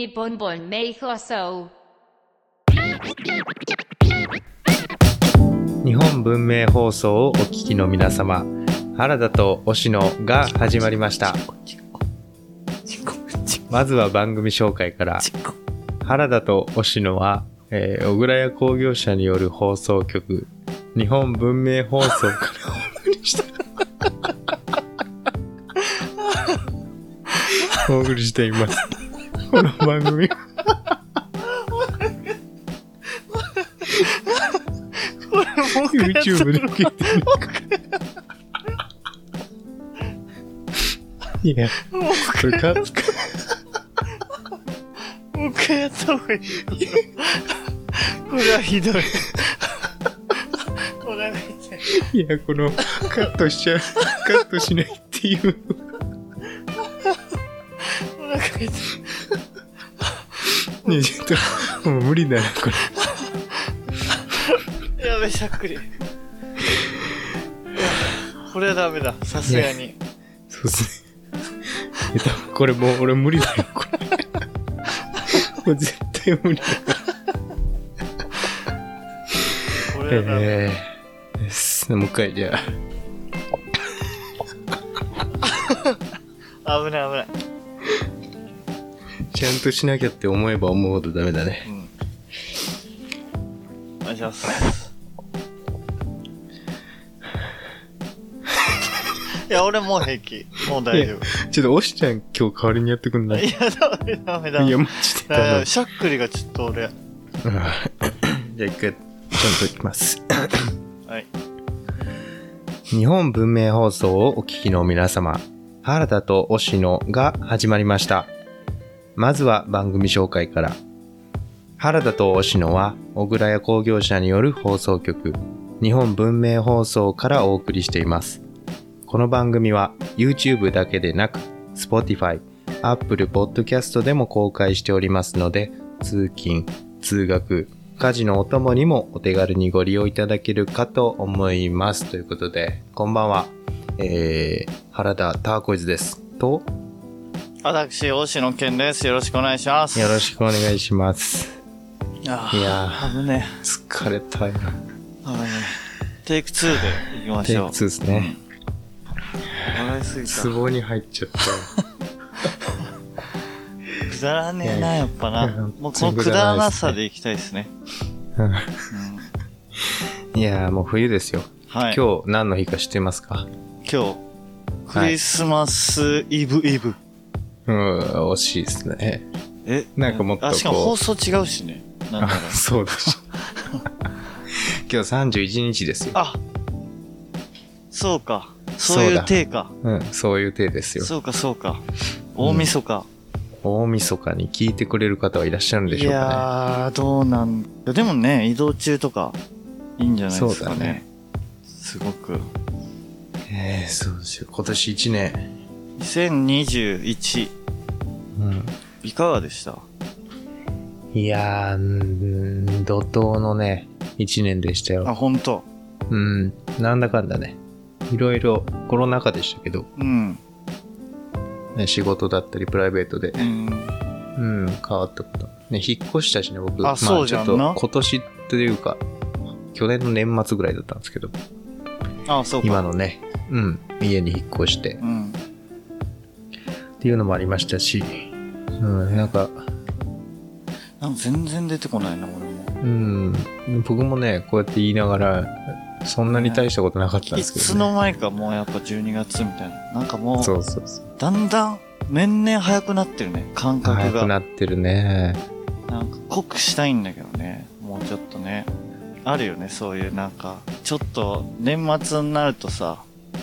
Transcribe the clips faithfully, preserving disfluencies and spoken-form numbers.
組ボンボン名放送。 日本文明放送をお聞きの皆様、原田と押野が始まりました。まずは番組紹介から。原田と押野は、えー、小倉屋工業者による放送局日本文明放送からお送りしたお送りしています。この番組YouTube で受けてるいや、これかもう一回やった方がいい。これはひどい。お腹痛い。 いや、このカットしちゃう、カットしないっていう。 お腹痛い。 ねえ、ちょっと、もう無理だな、これ。やべ、しゃっくり。これはダメだ、さすがに。 そうっすね。これもう俺無理だよ、これ。もう絶対無理だから。これはダメ。えー、です。もう一回じゃあ。危ない危ない。 ちゃんとしなきゃって思えば思うほどダメだね。 うん。お願いします。いや、俺もう平気。もう大丈夫。 ちょっと、おしちゃん今日代わりにやってくんない？ いや、ダメダメダメ。 いや、マジでダメ。 しゃっくりがちょっと俺。 じゃあ一回、ちゃんといきます。 はい。 日本文明放送をお聞きの皆様、原田と押野が始まりました。まずは番組紹介から。原田と押野は、小倉屋工業者による放送局、日本文明放送からお送りしています。この番組は YouTube だけでなく Spotify、Apple Podcast でも公開しておりますので、通勤、通学、家事のお供にもお手軽にご利用いただけるかと思います。ということで、こんばんは、えー、原田ターコイズです。と、 私、大野健です。よろしくお願いします。 よろしくお願いします。 あいやー、危ねえ。疲れたよ。 危ねえ。テイクツーで行きましょう。 テイクツーですね。 笑いすぎた。 ツボに入っちゃった。 くだらねえな、やっぱな。もうこのくだらなさでいきたいですね。 うん、いやー、もう冬ですよ。 はい。 今日何の日か知ってますか？ 今日、クリスマスイブイブ。 うん、惜しいですね。 え、 なんかもっとこう。 あ、しかも放送違うしね。なんだろう。 そうだし。今日さんじゅういちにちですよ。 あ、そうか。そういう体か。 うん、そういう体ですよ。 そうか、そうか。大晦日。 うん、大晦日に聞いてくれる方はいらっしゃるんでしょうかね。 いやー、どうなんだ。でもね、移動中とか、いいんじゃないですかね。そうだね。すごく。 ええー、そうですよ。今年いちねん。 にせんにじゅういち。 うん。 いかがでした？ いやー、ん怒涛のね、いちねんでしたよ。 あ、ほんと。 うん。なんだかんだね。いろいろコロナ禍でしたけど。 うん。 ね、仕事だったりプライベートで。 うん。 うん、変わったこと。ね、引っ越したしね、僕。 あ、そうじゃんな。 まあ、ちょっと今年というか、去年の年末ぐらいだったんですけど。 あ、そうか。 今のね、うん、家に引っ越して。 うん。 っていうのもありましたし、うん、なんか、 なんか全然出てこないな、俺も。 うん、僕もね、こうやって言いながら、そんなに大したことなかったんですけど、ね、 いつの間にかもうやっぱじゅうにがつみたいな。なんかもう、 そうそうそう。 だんだん年々早くなってるね、感覚が。 早くなってるね。 なんか濃くしたいんだけどね、もうちょっとね。あるよね、そういうなんか、ちょっと年末になるとさ、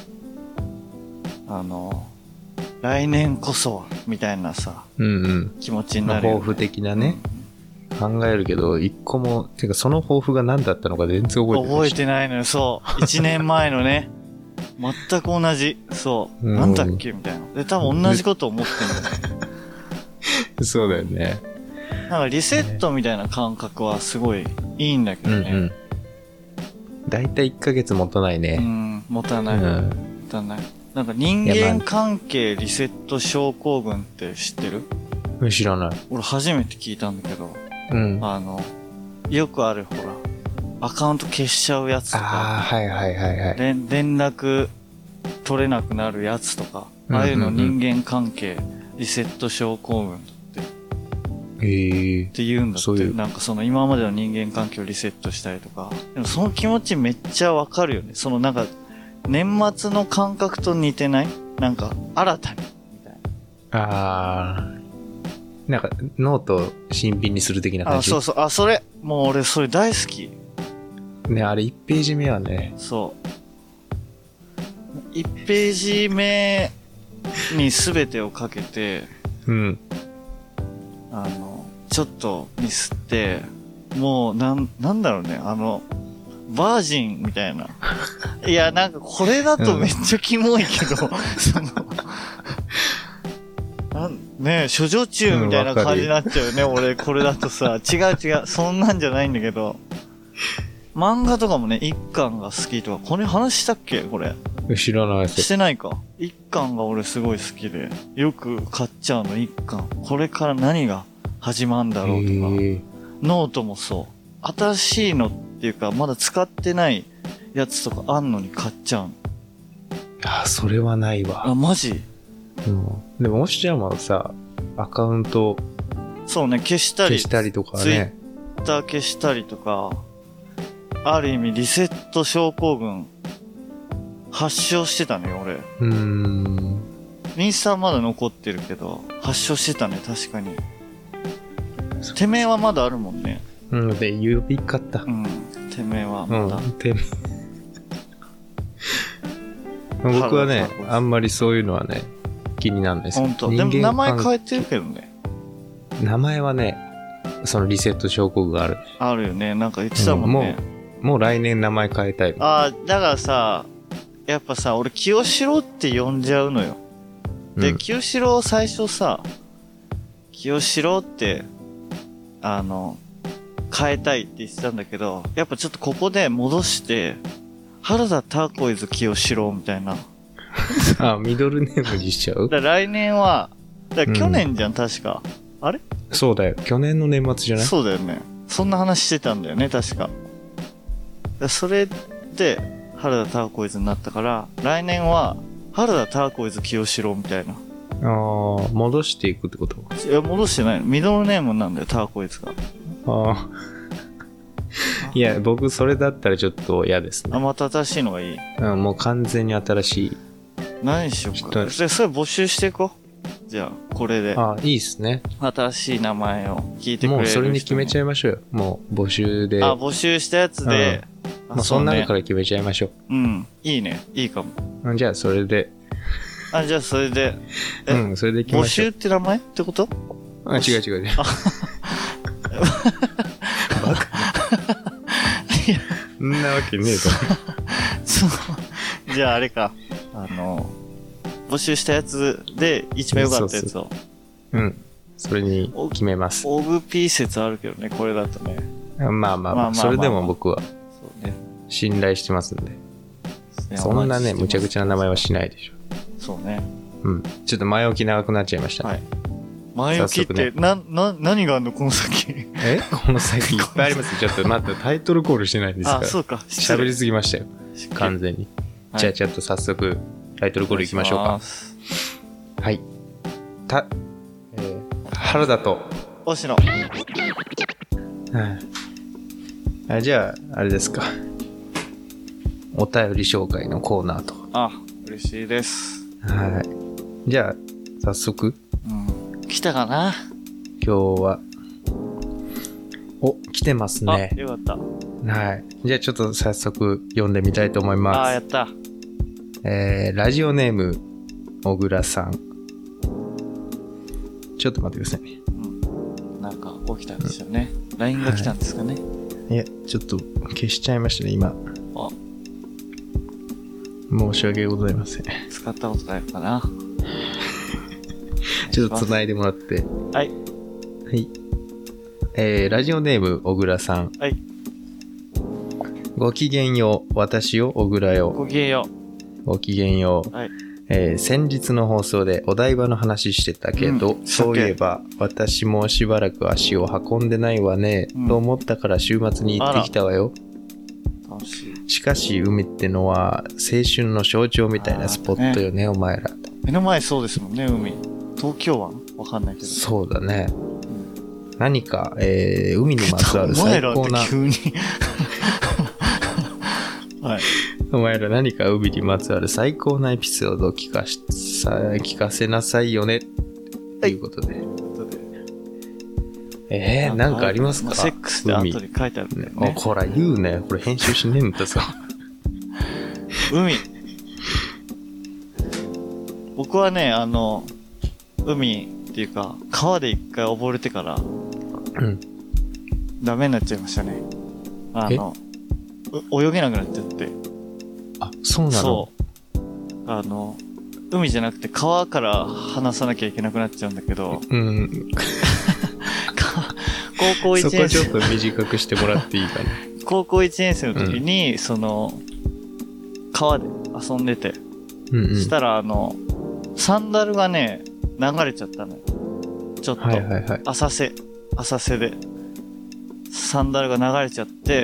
あの、来年こそみたいなさ、 うんうん、 気持ちになるよね。 抱負的なね、うん、考えるけど一個もてかその抱負が何だったのか全然覚えてない。 覚えてないのよ。そういちねんまえのね全く同じ。そう、うん、なんだっけみたいな。で多分同じこと思ってんだよね。 そうだよね。 なんかリセットみたいな感覚はすごいいいんだけどね。うんうん、 だいたいいっかげつ持たないね。 うん、持たない、うん、持たない。なんか人間関係リセット症候群って知ってる？ 知らない。 俺初めて聞いたんだけど、 うん。 あの、よくあるほら、アカウント消しちゃうやつとか、 ああ、はいはいはいはい。 連連絡取れなくなるやつとか、ああいうの人間関係リセット症候群ってへえ。 って言うんだって。 そういうなんかその今までの人間関係をリセットしたりとか。でもその気持ちめっちゃわかるよね。そのなんか、年末の感覚と似てない？なんか、新たに。みたいな。 ああ。なんか、ノート新品にする的な感あ、 じ。 そうそう。あ、それ。もう俺それ大好き。 ね、あれいちページ目はね。 そう。いちページ目に全てをかけて、 うん。 あの、ちょっとミスって、もう、なん、なんだろうね、あの、バージンみたいな。いや、なんかこれだとめっちゃキモいけど、その、なんねえ、処女中みたいな感じになっちゃうよね、俺、これだとさ。違う違う、そんなんじゃないんだけど。漫画とかもね、一巻が好きとか、これ話したっけこれ。 知らないです。 してないか。一巻が俺すごい好きで、よく買っちゃうの、一巻。これから何が始まるんだろうとか。ノートもそう。新しいのっていうか、まだ使ってないやつとかあんのに買っちゃうの。 いや、それはないわ。 あ、マジ？ うん。でも、もしちゃんはさ、アカウントそうね、消したり。 消したりとかね。 ツイッター消したりとか、ある意味リセット症候群発症してたね、俺。 うーん。 インスタはまだ残ってるけど、発症してたね、確かに。てめえはまだあるもんね。 うん、で、呼び方。 うん。てめえはまだ。 うん、てめえ。僕はね、あんまりそういうのはね、気にならないですよ。 ほんと。でも名前変えてるけどね。 名前はね、そのリセット症候群がある。 あるよね。なんか言ってたもんね。 うん、もう、もう来年名前変えたい。 ああ、だからさ、やっぱさ、俺、清志郎って呼んじゃうのよ。で、うん、清志郎最初さ、清志郎って、あの、変えたいって言ってたんだけど、やっぱちょっとここで戻して、原田ターコイズ清志郎みたいな。 あ、ミドルネームにしちゃう？ だ来年は、だ去年じゃん、うん、確か。あれ？ そうだよ。去年の年末じゃない？ そうだよね。そんな話してたんだよね、確か。だそれで、原田ターコイズになったから、来年は、原田ターコイズ清志郎みたいな。 ああ、戻していくってこと？ いや、戻してないの。ミドルネームなんだよ、ターコイズが。ああ。 いや、僕それだったらちょっと嫌ですね。 あ、また新しいのがいい。 うん、もう完全に新しい。 何しようか。それ、それ募集していこう。じゃあ、これで。 ああ、いいっすね。 新しい名前を聞いてくれる人。 もうそれに決めちゃいましょうよ。もう募集で。 あ、募集したやつで。 うん、もうその中から決めちゃいましょう。 うん。いいね。いいかも。 じゃあ、それで。 あ、じゃあ、それで。 うん、それで決めましょう。 募集って名前ってこと？ あ、違う違う違う。バカ。そんなわけねえぞ。 そう。じゃあ、あれか。あの、募集したやつで一番良かったやつを。 そうそう。うん。それに決めます。 オブピー説あるけどね、これだとね。 まあまあまあ、まあ、それでも僕は信頼してますんで。そんなね、むちゃくちゃな名前はしないでしょ。 そうね。 うん。ちょっと前置き長くなっちゃいました、ね。はい。 前置きって、ね、な、な、何があるのこの先。 えこの先いっぱいあります。ちょっと待って、タイトルコールしてないんですから。 あ、そうか。 喋りすぎましたよ。完全に。はい、じゃあちょっと早速、タイトルコールいきましょうか。はい。た、えー、原田と、 星野。 はい。あ、じゃあ、あれですか。お便り紹介のコーナーと。 あ、嬉しいです。 はい。じゃあ、早速。 うん。来たかな？ 今日は。お、来てますね。 あ、よかった。 はい。じゃあちょっと早速読んでみたいと思います。 あ、やった。 えー、ラジオネーム、小倉さん。ちょっと待ってくださいね。 うん。なんか起きたんですよね。うん、ライン が来たんですかね。はい、 いや、ちょっと消しちゃいましたね、今。 あ。 申し訳ございません。 使ったことないかな。 ちょっと繋いでもらって。 はい。 はい。えー、ラジオネーム、小倉さん。 はい。 ごきげんよう、私よ、小倉よ。 ごきげんよう。ごきげんよう。 はい。 えー先日の放送でお台場の話してたけど、 うんそういえば私もしばらく足を運んでないわね、 うんと思ったから週末に行ってきたわよ。 楽しい。 しかし海ってのは青春の象徴みたいなスポットよね、お前ら。 目の前そうですもんね、海。東京湾わかんないけど。 そうだね。何か、えー海にまつわるお前らっ最高なて急に。はい。 お前ら何か海にまつわる最高なエピソードを聞かしさ聞かせなさいよね、ということで。えー、なんかありますか？ セックスって後に書いてあるんだよね。 あ、こら言うね。これ編集しねえんださ。 海。僕はね、あの、海っていうか、川で一回溺れてから、 うん。 ダメになっちゃいましたね。あの、う泳げなくなっちゃって。 あ、そうなの？ そう。あの、海じゃなくて川から離さなきゃいけなくなっちゃうんだけど、 うん。 高校いちねん生、 そこちょっと短くしてもらっていいかな。 高校いちねん生の時に、うん、その、川で遊んでて、 うんうん、 したらあの、サンダルがね、流れちゃったのよ。ちょっと、はいはいはい、浅瀬、浅瀬で。サンダルが流れちゃって、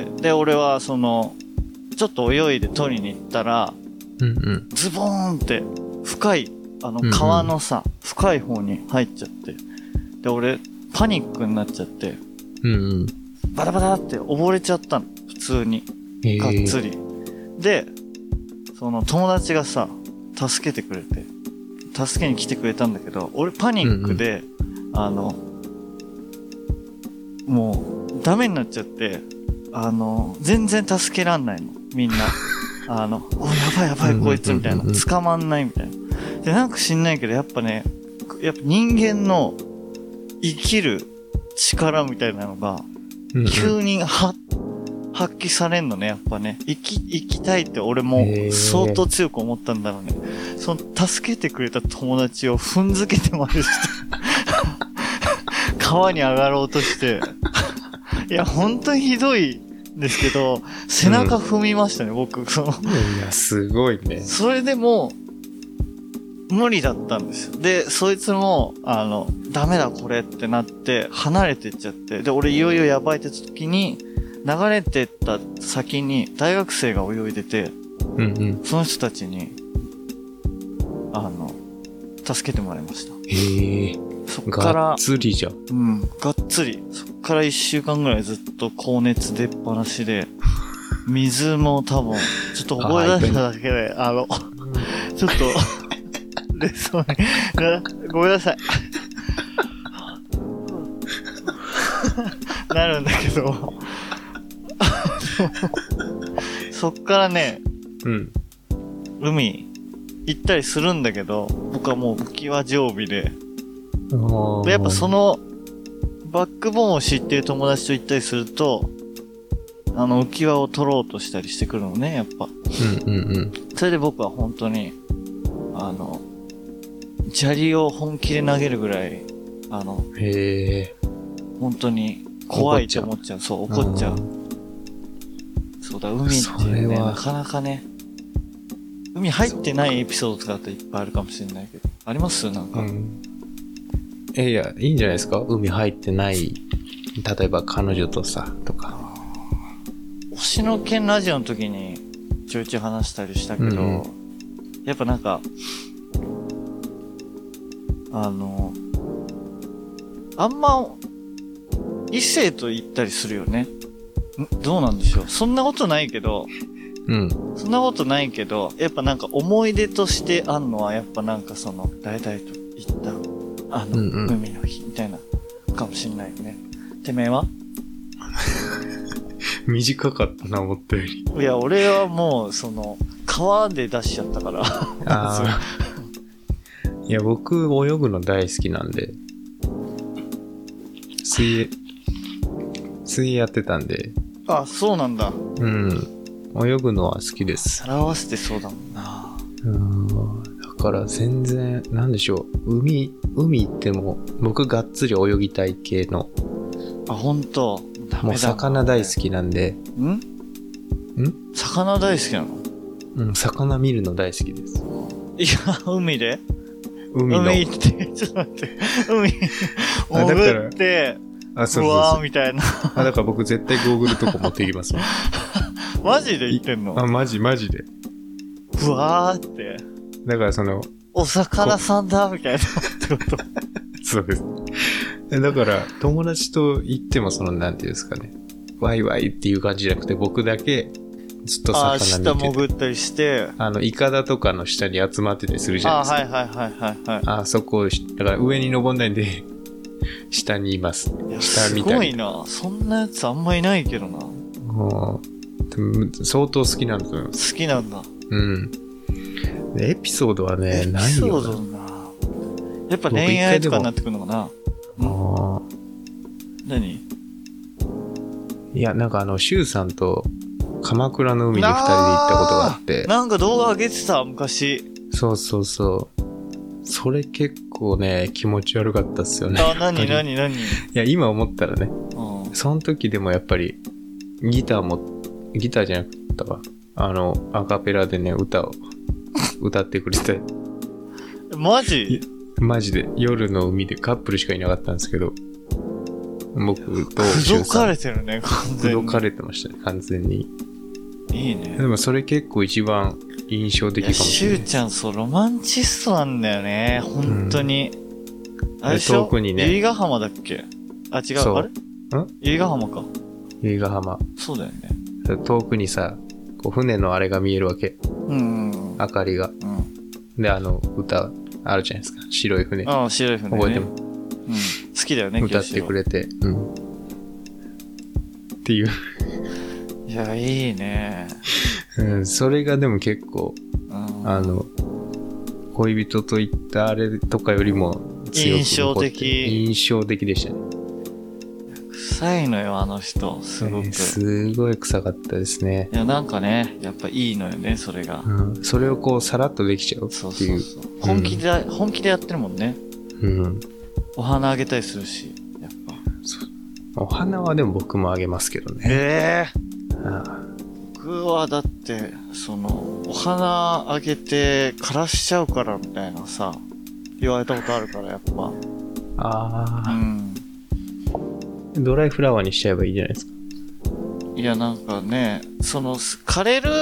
で、俺はその、ちょっと泳いで取りに行ったら、 うんうん、 ズボーンって、深い、あの、川のさ、うんうん、深い方に入っちゃって、で、俺、パニックになっちゃって、 うんうん、 バタバタって溺れちゃったの、普通に。がっつり。で、その友達がさ、助けてくれて、助けに来てくれたんだけど、俺パニックで、うんうん、あの、もう、ダメになっちゃって、あの、全然助けらんないの、みんな。あの、お、やばいやばいこいつみたいな。捕まんないみたいな。で、なんか知んないけど、やっぱね、やっぱ人間の生きる力みたいなのが、急には、発揮されんのね、やっぱね。生き、生きたいって俺も相当強く思ったんだろうね。その、助けてくれた友達を踏んづけてまでして、川に上がろうとして、いや、本当にひどいんですけど、背中踏みましたね、うん、僕、その。 いや、すごいね。 それでも、無理だったんですよ。で、そいつも、あの、ダメだこれってなって、離れてっちゃって、で、俺いよいよやばいって時に、流れてった先に大学生が泳いでて、 うんうん、 その人たちに、あの、助けてもらいました。 へえ。そっから、がっつりじゃん。 うん、がっつり。そっから一週間ぐらいずっと高熱出っ放しで、水も多分、ちょっと覚え出しただけで、あの、ちょっと、で、そうね、ごめんなさい。なるんだけど、そっからね、 うん、 海行ったりするんだけど、僕はもう浮き輪常備で、でやっぱそのバックボーンを知ってる友達と行ったりすると、あの浮き輪を取ろうとしたりしてくるのね、やっぱ。 うんうんうん。 それで僕は本当にあの砂利を本気で投げるぐらい、あの、 へー、 本当に怖いと思っちゃう。そう、怒っちゃう。そうだ、海っていうね、なかなかね、海入ってないエピソードとかだっていっぱいあるかもしれないけど、ありますなんか。うん、 え、いや、いいんじゃないですか？海入ってない、例えば彼女とさ、とか。 推しの剣ラジオの時にちょいちょい話したりしたけど、うん、やっぱなんか、あの、あんま、異性と言ったりするよね。どうなんでしょう。そんなことないけど、 うん。 そんなことないけど、やっぱなんか思い出としてあんのは、やっぱなんかその、誰々と行った、あの、うんうん、海の日みたいな、かもしんないよね。てめえは短かったな、思ったより。 いや、俺はもう、その、川で出しちゃったから。 あいや、僕、泳ぐの大好きなんで、水泳、水泳やってたんで。 あ、そうなんだ。 うん。泳ぐのは好きです。 皿合わせてそうだもんな。 うん。だから全然、なんでしょう。海、海行っても、僕がっつり泳ぎたい系の。 あ、ほんと。 もう魚大好きなんで。 んんん魚大好きなの？ うん、魚見るの大好きです。 いや、海で海の。 海行って、ちょっと待って、海、 あだから潜って、 あ、そうそううわーそう。 みたいな。 あ、だから僕絶対ゴーグルとか持っていきますもん。 マジで言ってんの？ あ、マジマジで。 うわーって。 だからその、 お魚さんだみたいなってこと。 そうです。だから友達と行ってもその、なんていうんですかね。ワイワイっていう感じじゃなくて、僕だけずっとああ、下魚見てて。 潜ったりして。 あの、イカダとかの下に集まってたりするじゃないですか。 ああ、はいはいはいはいはい。 あそこをし、だから上に登んないんで、下にいます。 いや下みたいすごいな。そんなやつあんまいないけどな。 もうでも相当好きなんだと思います。 好きなんだ。 うん。でエピソードはね、 エピないソよードな。やっぱ恋愛とかになってくるのかな。 な。あ何？ いや、なんかあの、シュウさんと鎌倉の海に二人で行ったことがあって。 なんか動画上げてた、昔。 そうそうそう。それ結構ね、気持ち悪かったっすよね。 あ、なにないになに？ や、今思ったらね、 うん。 その時でもやっぱり、ギターも、ギターじゃなかったわ。あの、アカペラでね、歌を、歌ってくれて。 マジ？ マジで、夜の海でカップルしかいなかったんですけど、僕と口シュウさん。 説かれてるね、完口全に。 説かれてましたね、完全に。 いいね。 でもそれ結構一番印象的いや、 かもしれない。 シュウちゃん、そう、ロマンチストなんだよね。本当に。あれでしょ？ 遠くにね由比ヶ浜だっけ？あ、違う。 そうあれ？ん？由比ヶ浜か。 由比ヶ浜。 そうだよね。 遠くにさ、こう船のあれが見えるわけ。 うんうんうん。 明かりが。 うん。 で、あの、歌、あるじゃないですか。白い船。 ああ、白い船ね。 覚えても、 うん。好きだよね、 歌ってくれて。うん。っていう。 いや、いいね。 うん、それがでも結構、 うん。 あの、恋人といったあれとかよりも強く残って印象的印象的でしたね。 臭いのよ、あの人。すごく。 えーすごい臭かったですね。 いや、なんかね、やっぱいいのよね、それが。 うん、それをこうさらっとできちゃうっていう。 そうそうそう。本気で、本気でやってるもんね。 うん。 お花あげたりするし、やっぱ。 お花はでも僕もあげますけどね。 ええああ僕はだって、その、お花あげて枯らしちゃうからみたいなさ、言われたことあるから、やっぱ。 ああ、 うん。 ドライフラワーにしちゃえばいいじゃないですか。 いや、なんかね、その、枯れる、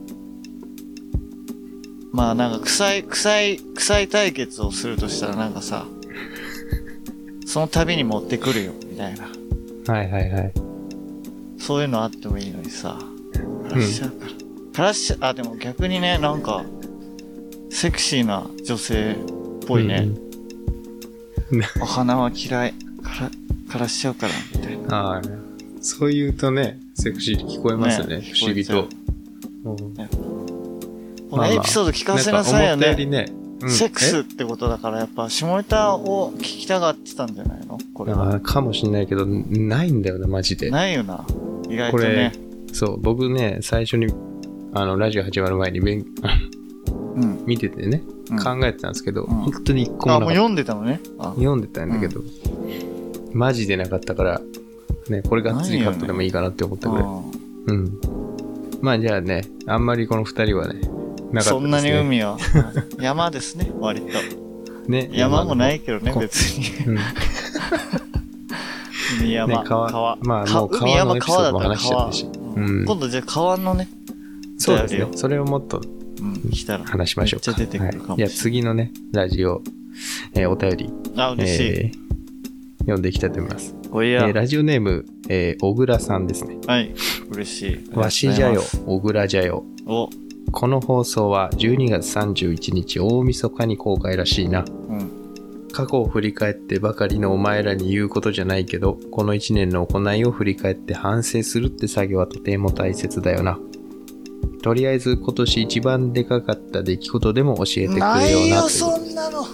まあなんか臭い、臭い、臭い対決をするとしたらなんかさ、その度に持ってくるよ、みたいな。 はいはいはい。 そういうのあってもいいのにさ、枯らしちゃうから。枯らしちゃ、あ、でも逆にね、なんか、セクシーな女性っぽいね。 うんお花は嫌い。から枯らしちゃうから、みたいな。 ああ、そう言うとね、セクシーに聞こえますよね、 ね不思議と。うんこのエピソード聞かせなさいよなんか思ったよりね。 ね、うんセックスってことだから、やっぱ、下ネタを聞きたがってたんじゃないのこれあは。 ーかもしんないけど、ないんだよね、マジで。 ないよな。意外ことれね。、 そう、僕ね、最初に、あの、ラジオ始まる前に勉うん。 見ててね、 うん考えてたんですけど、 うん本当に一個もあ、 なかった。 もう読んでたのね。あ読んでたんだけど、マジでなかったから、ね、これがっつりカットでもいいかなって思ったぐらい。 あうん。まあじゃあね、あんまりこの二人はね、なかったですね。 そんなに海は。山ですね、割と。 ね、 山もないけどね、 こ別に。 うん。 海山、 ね川川。 まあかもう川の海山エピソードも川だったら川話しちゃったし。 うんうん今度じゃあ川のね、 そうですねやる。よそれをもっとうん、来たら。 話しましょうか。 めっちゃ出てくるかもしれない。 はい、いや、次のね、ラジオ、えーお便り、 あ、嬉しい。 えー読んでいきたいと思います。 おいや、 えーラジオネーム、えー、小倉さんですね。 はい。嬉しい。 わしじゃよありがとう、 小倉じゃよ。 ございこの放送はじゅうにがつさんじゅういちにち大晦日に公開らしいな。 ます。うん。 過去を振り返ってばかりのお前らに言うことじゃないけど、このいちねんの行いを振り返って反省するって作業はとても大切だよな。とりあえず今年一番でかかった出来事でも教えてくれよなという。 ないよ、そんなの。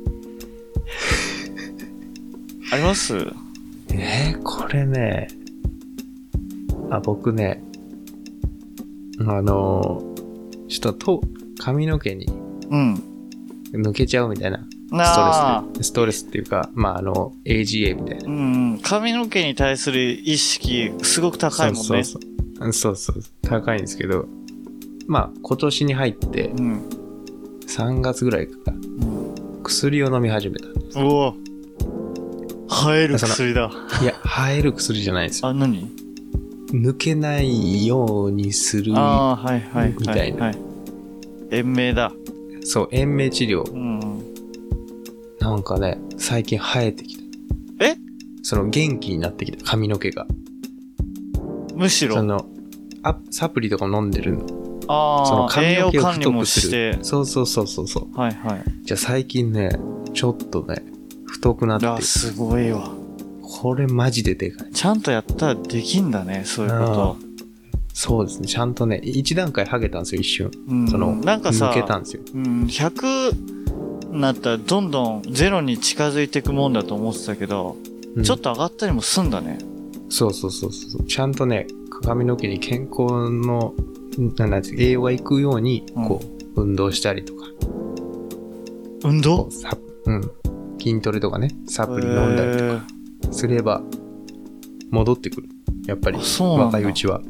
ありますえー、これね、あ、僕ね、あのー、ちょっとと髪の毛にうん。 抜けちゃうみたいななストレあ。 スで、ストレスっていうか、まああの、エージーエー みたいな。 うん。髪の毛に対する意識、すごく高いもんね。 そうそうそう。そうそう。高いんですけど、まあ今年に入って、 うん。 さんがつぐらいからうん。 薬を飲み始めたんです。 うお生える薬だ。 いや、生える薬じゃないんですよ。 あ、何？ 抜けないようにする。 ああ、はいはいはい。 みたいなはい。延命だ。 そう、延命治療。 うん。 なんかね、最近生えてきた。 え？ その元気になってきた、髪の毛が。 むしろ。 その、あサプリとか飲んでるの。 ああ、 その髪の毛を栄養管理太もしくする。 て。 そうそうそうそうそう。 はいはい。 じゃあ最近ね、ちょっとね、太くなってあ、 る。 すごいわ。 これマジででかい。 ちゃんとやったらできんだね、そういうこそうですね。ちゃんとね、一段階剥げたんですよ、一瞬。 と。うん。 その、 なんかさ、 抜けたんですよ。 うん、ひゃくなったらどんどんゼロに近づいていくもんだと思ってたけど、 うんちょっと上がったりもすんだね。 そうそうそうそう。ちゃんとね、髪の毛に健康の、なんなんていうか栄養がいくように、こう、運動したりとか、 運動サうん、筋トレとかね、サプリ飲んだりとかすれば、戻ってくる。やっぱりあ、そうなんだ若いうちは。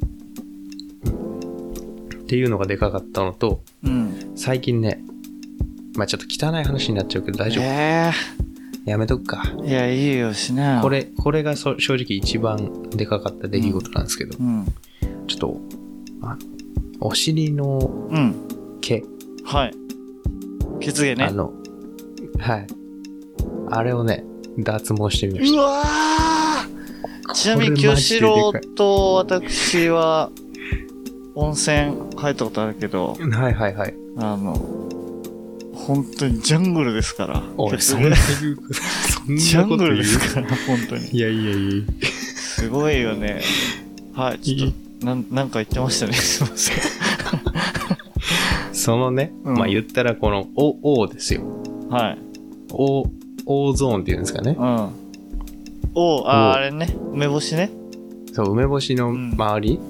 っていうのがでかかったのと、 うん。 最近ね、まあちょっと汚い話になっちゃうけど大丈夫。 えやめとくか。 えいや、いいよ、しなよ。 こ。れ、これがそ正直一番でかかった出来事なんですけど、 うん。 ちょっと、あの、お尻のうん。 毛、 はい。血毛ね。 あの、はい。あれをね、脱毛してみましうた。 わーちなみに、清これマジでで志かい郎と私は、温泉入ったことあるけど、 はいはいはい。 あの、本当にジャングルですから。 おい、 血毛そんな言う、そんジャングなこと言うルですから、本当に。 いやいやいや。 すごいよね。はい、ちょっと、なん、なんか言ってましたね。すいません。 そのね、 うんまあ言ったらこの、O、O ですよ。 はい。 O、O ゾーンっていうんですかね。 うん。おあー、あれね。梅干しね。 そう、梅干しの周り、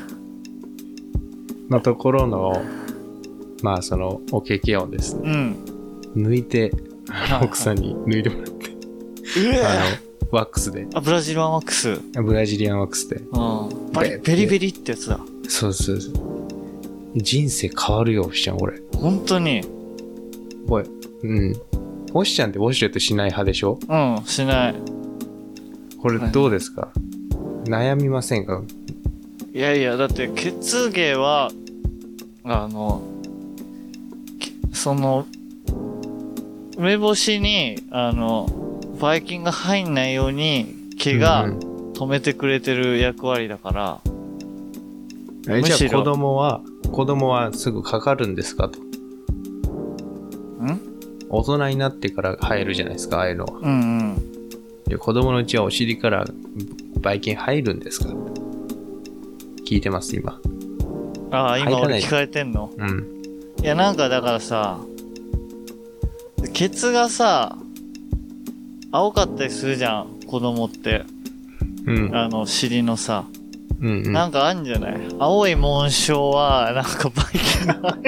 のところの、まあその、おけけをですね、 うん。 抜いて、 はいはい奥さんに抜いてもらって、 うえあの、ワックスで、 あ、ブラジルワンワックス。 ブラジリアンワックスで、 うん。バリ、 ベベリベリってやつだ。 そうそうそう。人生変わるよ、おしちゃん、俺。 本当に。 おい、うん。おしちゃんってウォシュレットしない派でしょ？ うん、しない。 これどうですか？悩みませんか？ いやいや、だって血芸は、あの、きその、梅干しに、あの、ばい菌が入んないように毛がうん止めてくれてる役割だから、 うん、えむしろじゃあ子供は、子供はすぐかかるんですかと。 ん大人になってから生えるじゃないですか、ああいうのは。 うんうん。 で子供のうちはお尻からばい菌入るんですか？聞いてます、今。 ああ、今入らない俺聞かれてんの？ うん。 いや、なんかだからさ、ケツがさ、青かったりするじゃん、子供って。 うん。 あの、尻のさ。 うん、うん。 なんかあんじゃない？青い紋章は、なんかバイキンが入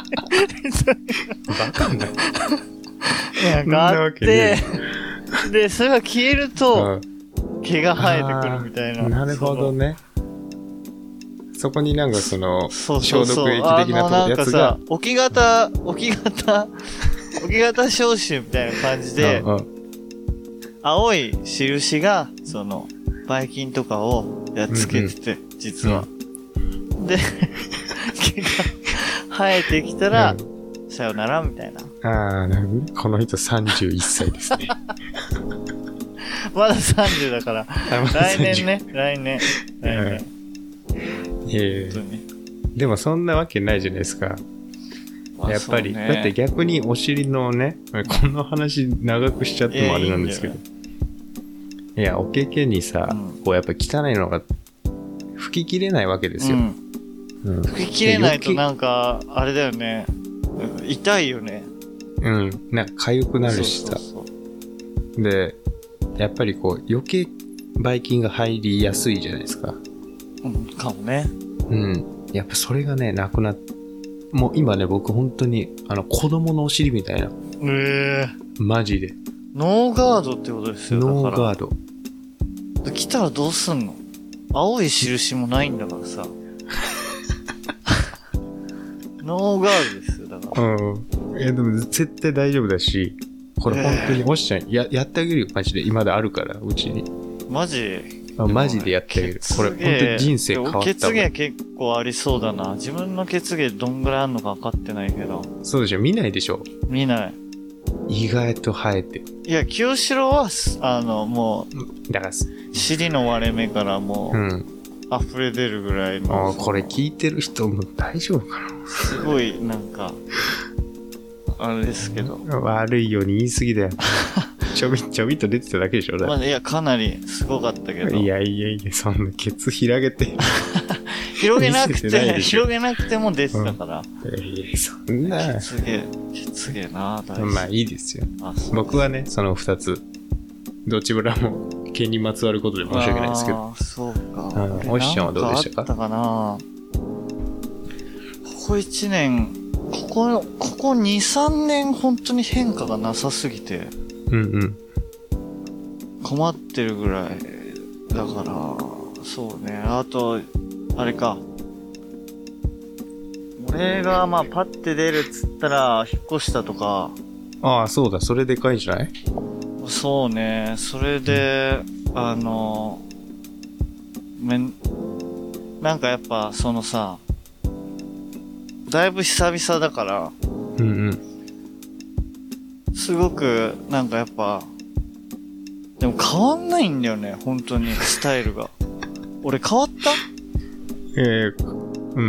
わかんない。 なんかあって、で、それが消えると、 うん、 毛が生えてくるみたいな。 なるほどね。そこになんかその、 そうそうそう。 消毒液的なあのなんやつがかさ、置き型、置き型、置き型消臭みたいな感じで、 うんうん、 青い印が、その、ばい菌とかをやっつけてて、うんうん、実は。うん、で、毛が生えてきたら、うん、さよならみたいな。 ああ、この人さんじゅういっさいですね。 まださんじゅうだから。来年ね、来年。来年。 えー、でもそんなわけないじゃないですか。やっぱり、ね、だって逆にお尻のね、この話長くしちゃってもあれなんですけど、いや、おけけにさ、うん、こうやっぱ汚いのが拭ききれないわけですよ。うんうん、拭ききれないとなんかあれだよね、痛いよね。 うん、なんか痒くなるしさ。そうそうそう。で、やっぱりこう余計ばい菌が入りやすいじゃないですか。 うん、かもね。 うん。やっぱそれがね、なくなっもう今ね、僕本当に、あの、子供のお尻みたいな。 えー、マジで。 ノーガードってことですよ。 ノーガード。 来たらどうすんの？青い印もないんだからさ。 ノーガードですよ、だから。 うん。いや、でも絶対大丈夫だし、これ本当におっしゃん、や、やってあげるよ、マジで。今であるから、うちに。 マジあマジでやってあげる。これ本当に人生変わったわ。 血芸結構ありそうだな。自分の血芸どんぐらいあるのか分かってないけど。 そうでしょ、見ないでしょ。 見ない。 意外と生えて。 いや、清志郎は、あの、もう、だから、 尻の割れ目からもう、うん、溢れ出るぐらいの。 ああ、これ聞いてる人も大丈夫かな。 すごい、なんか、あれですけど。 悪いように言い過ぎだよ。ちょびちょびっと出てただけでしょ。 まあ、いや、かなりすごかったけど。 いやいやいや、そんなケツ広げて。 広げなくて、広げなくても出てたから。 うん、いやそんな。 ケツ毛、ケツ毛な、大事。 まあいいですよ。僕はね、その二つ、どっちらも毛にまつわることで申し訳ないですけど。 ああ、そうか。 うん、おっしゃんはどうでしたか？ あったかな。ここ一年、ここ、ここ二、三年本当に変化がなさすぎて。 うんうん。 困ってるぐらい。だから、そうね。あと、あれか。俺がまあパッて出るっつったら、引っ越したとか。 ああ、そうだ。それでかいんじゃない？ そうね。それで、あの、めん、なんかやっぱそのさ、だいぶ久々だから、 うんうん。すごく、なんかやっぱ、でも変わんないんだよね、本当に、スタイルが。俺変わった？ えー、うん、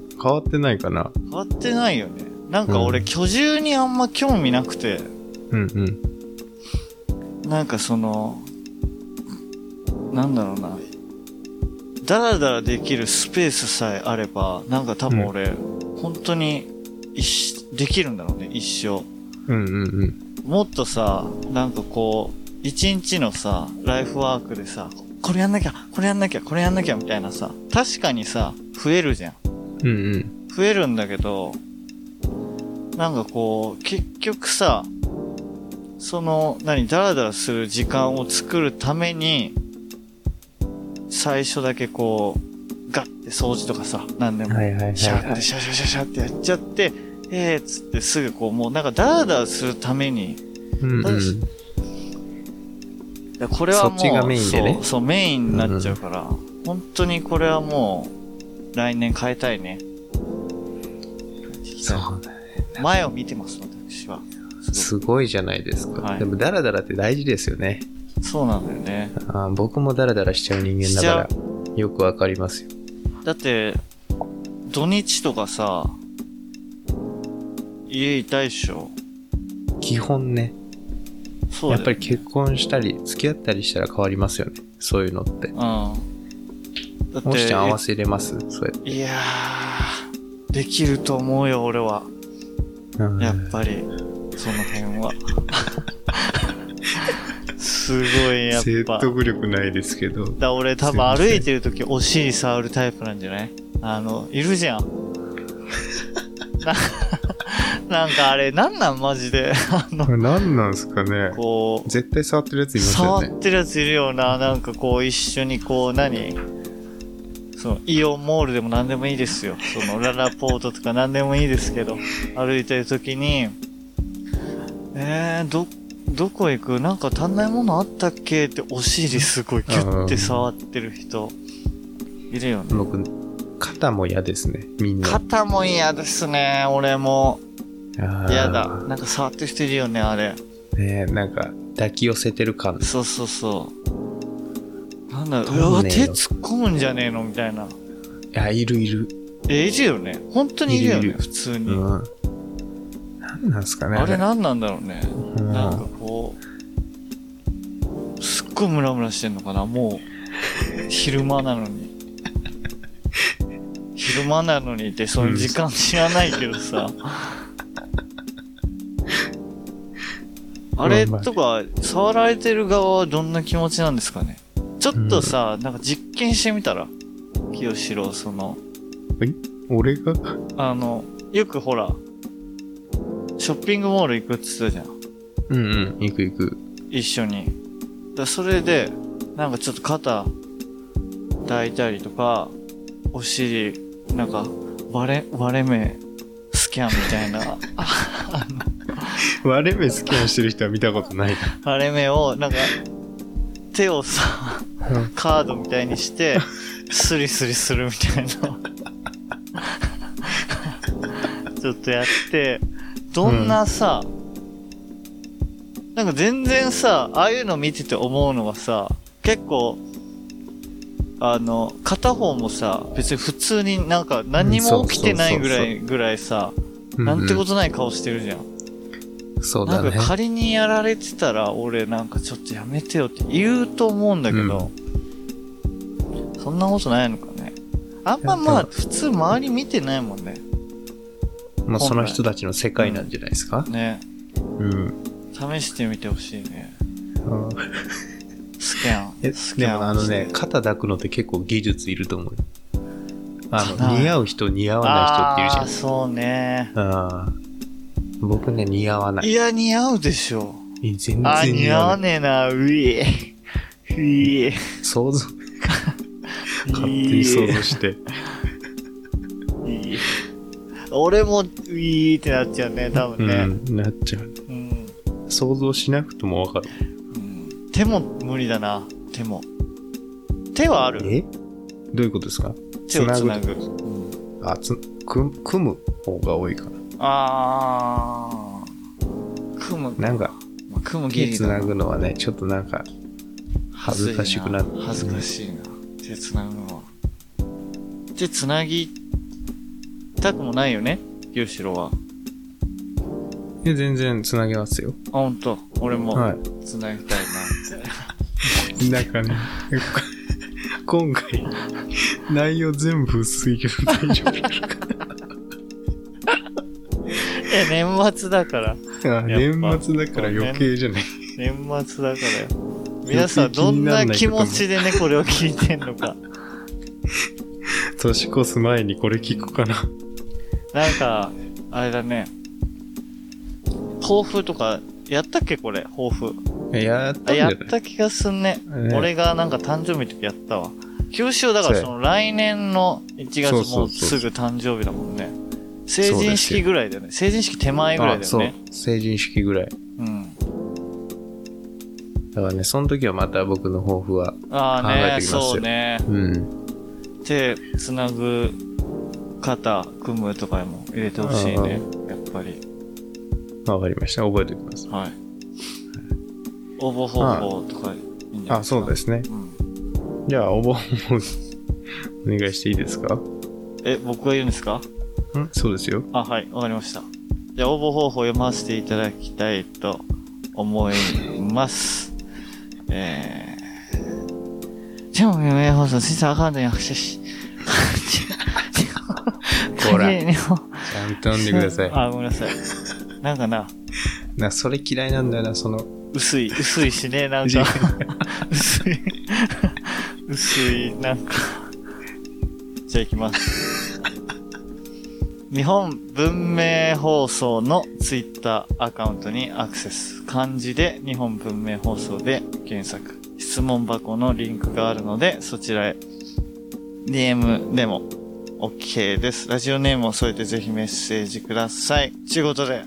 変わってないかな。 変わってないよね。なんか俺、うん、居住にあんま興味なくて。 うんうん。 なんかその、なんだろうな。ダラダラできるスペースさえあれば、なんか多分俺、うん、本当に、一、できるんだろうね、一生。 うんうんうん。 もっとさ、なんかこう、一日のさ、ライフワークでさ、これやんなきゃ、これやんなきゃ、これやんなきゃみたいなさ、確かにさ、増えるじゃん。 うんうん。 増えるんだけど、なんかこう、結局さ、その、何、ダラダラする時間を作るために、最初だけこう、ガッて掃除とかさ、なんでも、 はいはいはいはい、 シャーってシャシャシャシャってやっちゃって、えーっつってすぐこう、もうなんかダラダラするために、 うんうん、 これはもう、 そっちがメインでね。 そう、そうメインになっちゃうから、うん、本当にこれはもう、来年変えたいね。 そうだね。 前を見てます、私は。 すご, すごいじゃないですか。はい、でも、ダラダラって大事ですよね。 そうなんだよね。 あ僕もダラダラしちゃう人間だから、よくわかりますよ。 だって、土日とかさ、家いたいっしょ。 基本ね。 そうだよね。 やっぱり結婚したり、付き合ったりしたら変わりますよね。そういうのって。うん。 だってもしちゃん合わせれますそうやって。 いやー、できると思うよ、俺は。うん、やっぱり、その辺は。すごい、やっぱ。 説得力ないですけど。 だ俺多分歩いてるときお尻触るタイプなんじゃない？あの、いるじゃん。な, なんかあれ、なんなんマジで。あの、 なんなんすかね。 こう、 絶対触ってるやついますよね。 触ってるやついるよな。なんかこう、一緒にこう、何その、イオンモールでも何でもいいですよ。その、ララポートとか何でもいいですけど、歩いてるときに、えー、ど、どこ行くなんか足んないものあったっけってお尻すごいギュッて触ってる人、いるよね。 僕、肩も嫌ですね、みんな。 肩も嫌ですね、俺も。嫌だ。なんか触ってる人いるよね、あれ。 ねえ、なんか抱き寄せてる感。 そうそうそう。なんだろう、うわ、手突っ込むんじゃねえのみたいな。いや、いるいる。 え、いるよね。本当にいるよね、いるいる普通に。うん。 なんなんすかね。 あれなんなんだろうね。うん、なんかこう、すっごいムラムラしてんのかな、もう、昼間なのに。昼間なのにって、その時間知らないけどさ。うん、あれとか、触られてる側はどんな気持ちなんですかね。ちょっとさ、うん、なんか実験してみたら、清志郎、その。 え俺があの、よくほら、ショッピングモール行くって言ってたじゃん。 うんうん、行く行く。 一緒に。だそれで、なんかちょっと肩抱いたりとか、お尻、なんか割れ、割れ目スキャンみたいなあの割れ目スキャンしてる人は見たことないな。 割れ目をなんか手をさカードみたいにしてスリスリするみたいなちょっとやってどんなさ、うん、なんか全然さああいうの見てて思うのがさ結構あの片方もさ別に普通になんか何にも起きてないぐらいぐらいさなんてことない顔してるじゃん、うん、 そうだね。 なんか仮にやられてたら俺なんかちょっとやめてよって言うと思うんだけど、うん、そんなことないのかね。あんままあ普通周り見てないもんね。 まあその人たちの世界なんじゃないですか、 うん、ね。 うん試してみてほしいね、うん、スキャンえスキャンでもあのね肩抱くのって結構技術いると思う。あの似合う人似合わない人っているじゃん。 あそうね。 あ僕ね似合わない。 いや似合うでしょ。 全然似合わない。 あ似合わねえな。うえうえ想像勝手に想像していい俺もウィーってなっちゃうね多分ね、 うん、なっちゃう、うん、想像しなくてもわかる、 うん、手も無理だな。手も手はある。 えどういうことですか。 手をつなぐ、 うん、あつ組組む方が多いかな。 あー組むなんか、 まあ、組むギリ手つなぐのはねちょっとなんか恥ずかしくなって恥ずかしいな、手つなぐのは。手つなぎたくもないよねゆうしろは。 いや全然つなげますよ。 あほんと俺もつなぎたいな、 はい、なんかね今回内容全部薄いけど大丈夫ですかえ年末だから。 あ年末だから余計じゃない。 年末だからよ。皆さんどんな気持ちでねこれを聞いてんのか。 年越す前にこれ聞くかな。 なんかあれだね。抱負とかやったっけこれ抱負。 やったんやった気がすんね。ね俺がなんか誕生日の時やったわ。九州だからその来年のいちがつもうすぐ誕生日だもんね。成人式ぐらいだよね。成人式手前ぐらいだよね。 そう成人式ぐらい。うん。だからねその時はまた僕の抱負は考えてきますよ。 ああねそうね。うん。手つなぐ肩組むとかも入れてほしいねやっぱり。 わかりました。覚えておきます。 はい。応募方法とかいいんじゃないですか。 あ、そうですね。うん、じゃあ応募方法お願いしていいですか。 え、僕が言うんですか。 んそうですよ。 あ、はい、わかりました。じゃあ応募方法を読ませていただきたいと思います。えー。这种有没有放送？其实看的呀，是是。 ほら。ちゃんと読んでください。 あ、ごめんなさい。なんかな。 な、それ嫌いなんだよな、その。 薄い、薄いしね、なんか。薄い。薄い、なんか。じゃあ行きます。日本文明放送のツイッターアカウントにアクセス。漢字で日本文明放送で検索。質問箱のリンクがあるので、そちらへ ディーエム でも OK です。ラジオネームを添えてぜひメッセージください。ということで。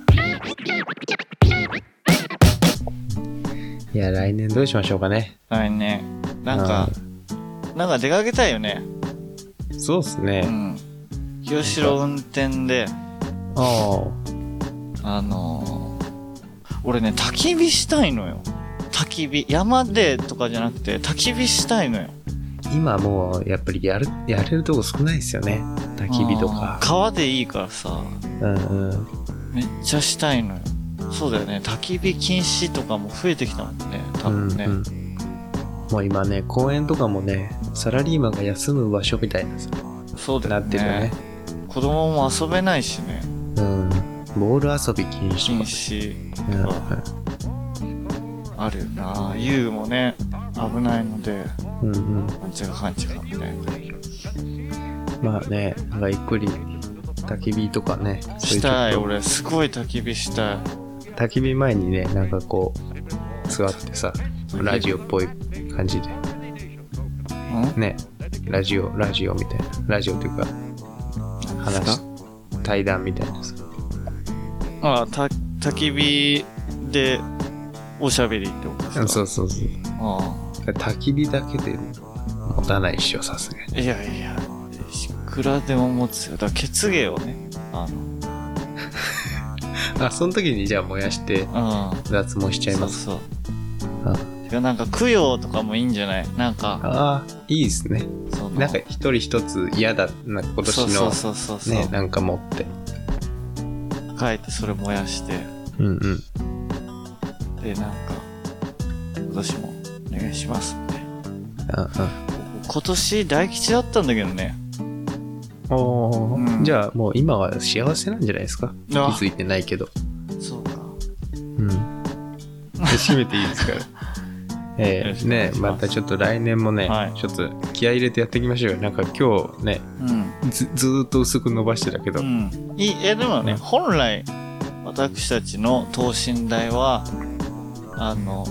いや、来年どうしましょうかね。 来年。なんか、なんか出かけたいよね。 そうっすね。うん。 清志郎運転で、 ああのー、俺ね、焚き火したいのよ。焚き火。山でとかじゃなくて、焚き火したいのよ。 今もう、やっぱりやる、やれるとこ少ないですよね。焚き火とか。 川でいいからさ。うんうん。めっちゃしたいのよ。そうだよね。焚き火禁止とかも増えてきたもんね。多分ね。うんうん、 もう今ね、公園とかもね、サラリーマンが休む場所みたいなさ。 そうだよね。 なってるよね。 子供も遊べないしね。 うん。ボール遊び禁止とか。 禁止とか、うん、あるよな。遊もね、危ないので、うんうん。あんちゃかかんちゃかみたいな。 まあね、なんかゆっくり焚き火とかね。 したい、俺。すごい焚き火したい。 焚き火前にね、なんかこう、座ってさ、ラジオっぽい感じで。ね、ラジオ、ラジオみたいな。ラジオというか、話、対談みたいなさ。 ああ、た、焚き火でおしゃべりってことですか？ そうそうそう。 あ焚き火だけで持たないっしょ、さすがあ。いやいや、いくらでも持つよ。だから血芸をね、あに。あ、その時にじゃあ燃やしての、うん。 脱毛しちゃいます。 そうあそう。てかなんか供養とかもいいんじゃない？なんか、 あー、いいですね。 そのなんか一人一つ嫌だな、今年そうのそうそうそう。 ね、なんか持って。 書いてそれ燃やして、 うんうん。 で、なんか、今年もお願いしますって。 ああ今年大吉だったんだけどね。 おー、 うん、 じゃあもう今は幸せなんじゃないですか？気あづいてないけど。 そうか。 うん。締めていいですか？えー、ね、またちょっと来年もね、 はい、 ちょっと気合い入れてやっていきましょうよ。なんか今日ね、 うん、 ず, ずーっと薄く伸ばしてたけど。 うん。いい、え、でもね、うん、本来、私たちの等身大は、あの、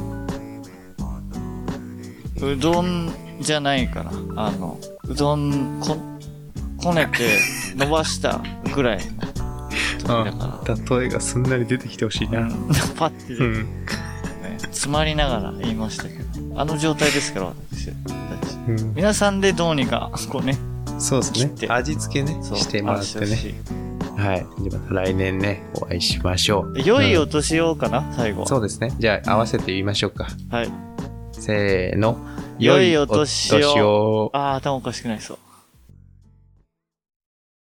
うどんじゃないから、あの、うどんこ、こねて伸ばしたぐらいの時だから。 例えがすんなり出てきてほしいな。 うん、パッて、うんね、詰まりながら言いましたけど、あの状態ですから、私たち。うん、皆さんでどうにか、こうね。 そうですね。味付けね、してもらってね。はい。じゃあまた来年ね、お会いしましょう。 良いお年をかな、うん、最後。 そうですね。じゃあ合わせて言いましょうか。 はい。 せーの。 良いお年を。ああ、頭おかしくないそう。